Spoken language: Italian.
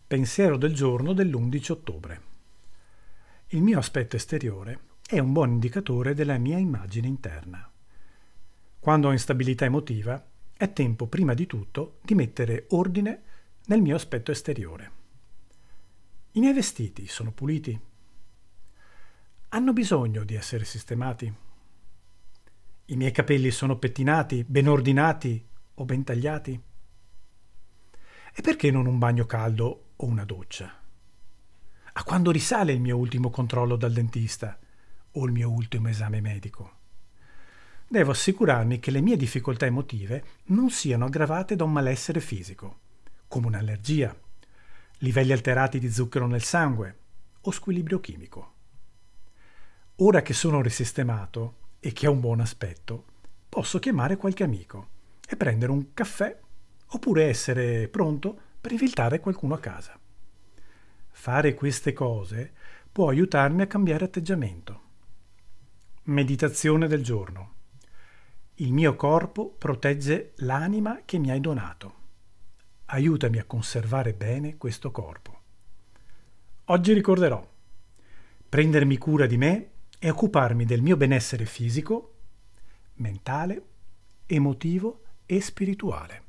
Pensiero del giorno dell'11 ottobre. Il mio aspetto esteriore è un buon indicatore della mia immagine interna. Quando ho instabilità emotiva, è tempo prima di tutto di mettere ordine nel mio aspetto esteriore. I miei vestiti sono puliti? Hanno bisogno di essere sistemati? I miei capelli sono pettinati, ben ordinati o ben tagliati? E perché non un bagno caldo o una doccia? A quando risale il mio ultimo controllo dal dentista o il mio ultimo esame medico? Devo assicurarmi che le mie difficoltà emotive non siano aggravate da un malessere fisico, come un'allergia, livelli alterati di zucchero nel sangue o squilibrio chimico. Ora che sono risistemato e che ho un buon aspetto, posso chiamare qualche amico e prendere un caffè oppure essere pronto per invitare qualcuno a casa. Fare queste cose può aiutarmi a cambiare atteggiamento. Meditazione del giorno. Il mio corpo protegge l'anima che mi hai donato. Aiutami a conservare bene questo corpo. Oggi ricorderò: prendermi cura di me e occuparmi del mio benessere fisico, mentale, emotivo e spirituale.